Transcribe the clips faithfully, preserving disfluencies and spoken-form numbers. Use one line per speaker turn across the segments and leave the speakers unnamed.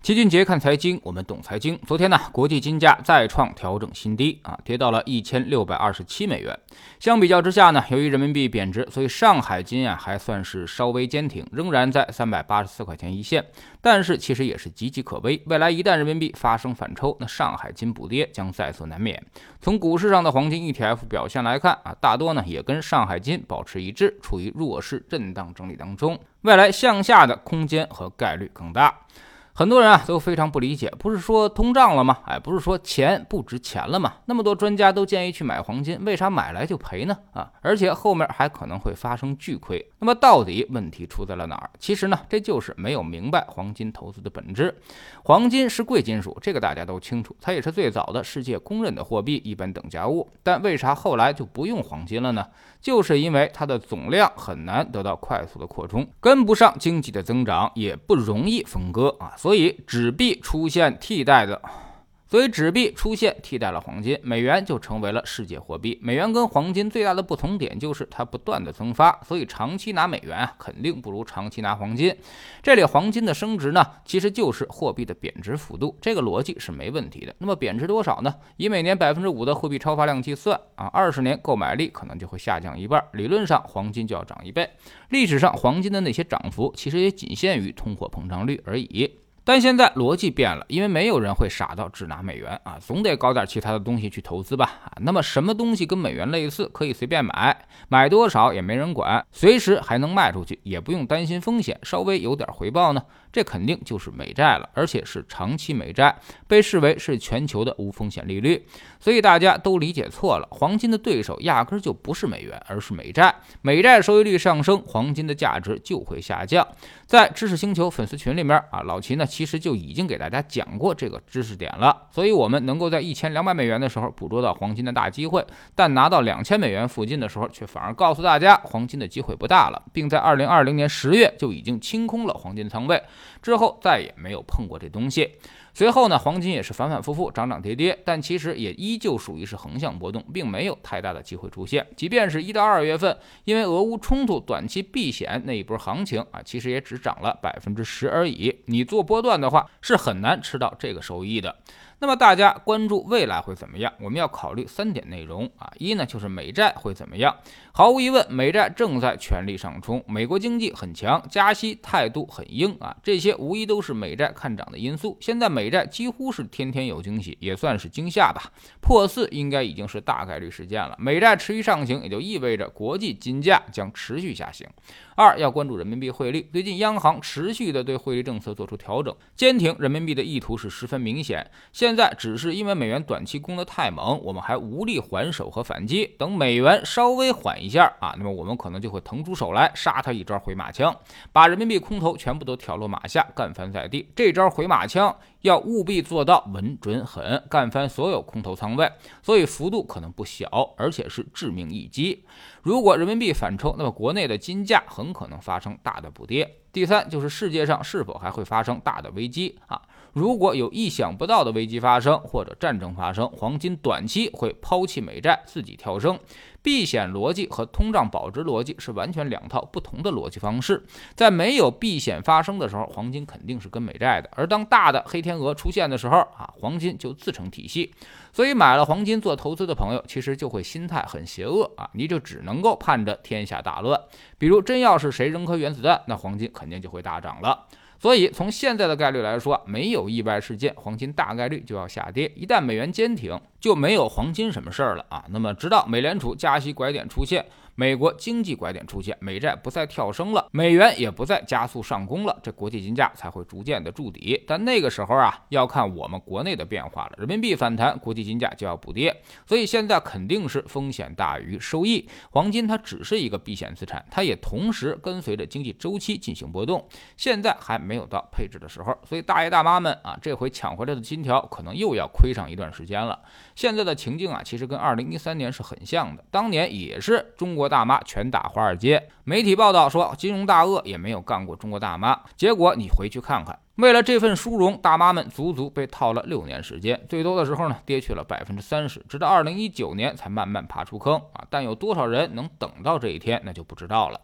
齐俊杰看财经，我们懂财经。昨天呢，国际金价再创调整新低啊，跌到了一千六百二十七美元。相比较之下呢，由于人民币贬值，所以上海金啊还算是稍微坚挺，仍然在三百八十四块钱一线。但是其实也是岌岌可危，未来一旦人民币发生反抽，那上海金补跌将在所难免。从股市上的黄金 E T F 表现来看啊，大多呢也跟上海金保持一致，处于弱势震荡整理当中，未来向下的空间和概率更大。很多人啊都非常不理解，不是说通胀了吗？哎，不是说钱不值钱了吗？那么多专家都建议去买黄金，为啥买来就赔呢？啊，而且后面还可能会发生巨亏。那么到底问题出在了哪儿？其实呢，这就是没有明白黄金投资的本质。黄金是贵金属，这个大家都清楚，它也是最早的世界公认的货币，一般等价物。但为啥后来就不用黄金了呢？就是因为它的总量很难得到快速的扩充，跟不上经济的增长，也不容易分割啊。所以纸币出现替代的所以纸币出现替代了黄金，美元就成为了世界货币。美元跟黄金最大的不同点就是它不断的增发，所以长期拿美元啊，肯定不如长期拿黄金。这里黄金的升值呢，其实就是货币的贬值幅度，这个逻辑是没问题的。那么贬值多少呢？以每年百分之五的货币超发量计算啊，二十年购买力可能就会下降一半，理论上黄金就要涨一倍。历史上黄金的那些涨幅，其实也仅限于通货膨胀率而已。但现在逻辑变了，因为没有人会傻到只拿美元啊，总得搞点其他的东西去投资吧啊。那么什么东西跟美元类似，可以随便买，买多少也没人管，随时还能卖出去，也不用担心风险，稍微有点回报呢？这肯定就是美债了，而且是长期美债，被视为是全球的无风险利率。所以大家都理解错了，黄金的对手压根就不是美元，而是美债。美债收益率上升，黄金的价值就会下降。在知识星球粉丝群里面啊，老齐呢其实就已经给大家讲过这个知识点了，所以我们能够在一千两百美元的时候捕捉到黄金的大机会，但拿到两千美元附近的时候，却反而告诉大家黄金的机会不大了，并在二零二零年十月就已经清空了黄金仓位，之后再也没有碰过这东西。随后呢，黄金也是反反复复涨涨跌跌，但其实也依旧属于是横向波动，并没有太大的机会出现。即便是一到二月份，因为俄乌冲突短期避险那一波行情啊，其实也只涨了百分之十而已。你做波段的话，是很难吃到这个收益的。那么大家关注未来会怎么样？我们要考虑三点内容啊，一呢就是美债会怎么样？毫无疑问，美债正在全力上冲，美国经济很强，加息态度很鹰啊，这些无疑都是美债看涨的因素。现在美债几乎是天天有惊喜，也算是惊吓吧。破四应该已经是大概率事件了，美债持续上行，也就意味着国际金价将持续下行。二要关注人民币汇率，最近央行持续的对汇率政策做出调整，坚挺人民币的意图是十分明显。现在只是因为美元短期攻得太猛，我们还无力还手和反击，等美元稍微缓一下啊，那么我们可能就会腾出手来杀他一招回马枪，把人民币空头全部都挑落马下，干翻在地。这招回马枪要务必做到稳准狠，干翻所有空头仓位，所以幅度可能不小，而且是致命一击。如果人民币反抽，那么国内的金价很可能发生大的补跌。第三就是世界上是否还会发生大的危机啊？如果有意想不到的危机发生或者战争发生，黄金短期会抛弃美债自己跳升。避险逻辑和通胀保值逻辑是完全两套不同的逻辑方式。在没有避险发生的时候，黄金肯定是跟美债的，而当大的黑天鹅出现的时候啊，黄金就自成体系。所以买了黄金做投资的朋友，其实就会心态很邪恶啊，你就只能够盼着天下大乱。比如真要是谁扔颗原子弹，那黄金肯定就会大涨了。所以从现在的概率来说，没有意外事件，黄金大概率就要下跌。一旦美元坚挺，就没有黄金什么事儿了啊。那么直到美联储加息拐点出现，美国经济拐点出现，美债不再跳升了，美元也不再加速上攻了，这国际金价才会逐渐的筑底。但那个时候啊，要看我们国内的变化了，人民币反弹，国际金价就要补跌。所以现在肯定是风险大于收益，黄金它只是一个避险资产，它也同时跟随着经济周期进行波动，现在还没有到配置的时候，所以大爷大妈们啊，这回抢回来的金条可能又要亏上一段时间了。现在的情境啊，其实跟二零一三年是很像的，当年也是中国大妈拳打华尔街，媒体报道说金融大鳄也没有干过中国大妈，结果你回去看看，为了这份殊荣，大妈们足足被套了六年时间，最多的时候呢跌去了百分之三十，直到二零一九年才慢慢爬出坑啊！但有多少人能等到这一天，那就不知道了。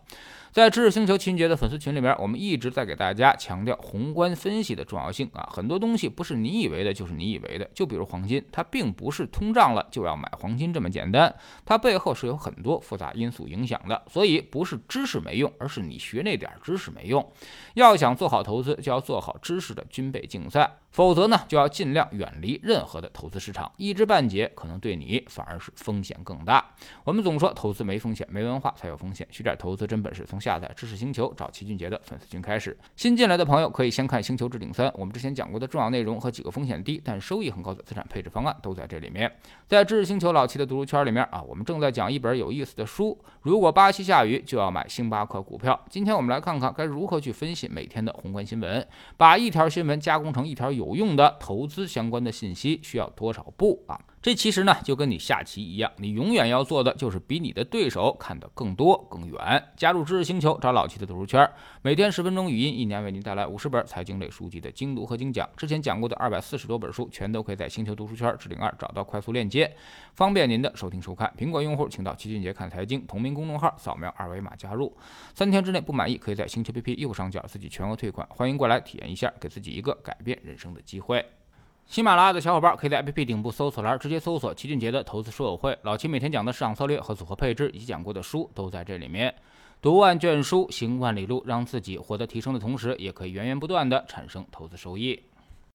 在知识星球秦杰的粉丝群里面，我们一直在给大家强调宏观分析的重要性啊，很多东西不是你以为的就是你以为的，就比如黄金，它并不是通胀了就要买黄金这么简单，它背后是有很多复杂因素影响的，所以不是知识没用，而是你学那点知识没用。要想做好投资，就要做好知识的军备竞赛，否则呢，就要尽量远离任何的投资市场，一知半解可能对你反而是风险更大。我们总说投资没风险，没文化才有风险，学点投资真本事，从下载知识星球找齐俊杰的粉丝群开始。新进来的朋友可以先看《星球置顶三》，我们之前讲过的重要内容和几个风险低但收益很高的资产配置方案都在这里面。在知识星球老齐的读书圈里面啊，我们正在讲一本有意思的书，如果巴西下雨就要买星巴克股票。今天我们来看看该如何去分析每天的宏观新闻，把一条新闻加工成一条有用的投资相关的信息需要多少步啊？这其实呢就跟你下棋一样，你永远要做的就是比你的对手看得更多更远。加入知识星球，找老齐的读书圈，每天十分钟语音，一年为您带来五十本财经类书籍的精读和精讲。之前讲过的二百四十多本书，全都可以在星球读书圈置顶二找到快速链接，方便您的收听收看。苹果用户请到齐俊杰看财经同名公众号，扫描二维码加入。三天之内不满意，可以在星球 A P P 右上角自己全额退款，欢迎过来体验一下，给自己一个改变人生的机会。喜马拉雅的小伙伴可以在 A P P 顶部搜索栏直接搜索齐俊杰的投资书友会，老齐每天讲的市场策略和组合配置以及讲过的书都在这里面。读万卷书，行万里路，让自己获得提升的同时，也可以源源不断的产生投资收益。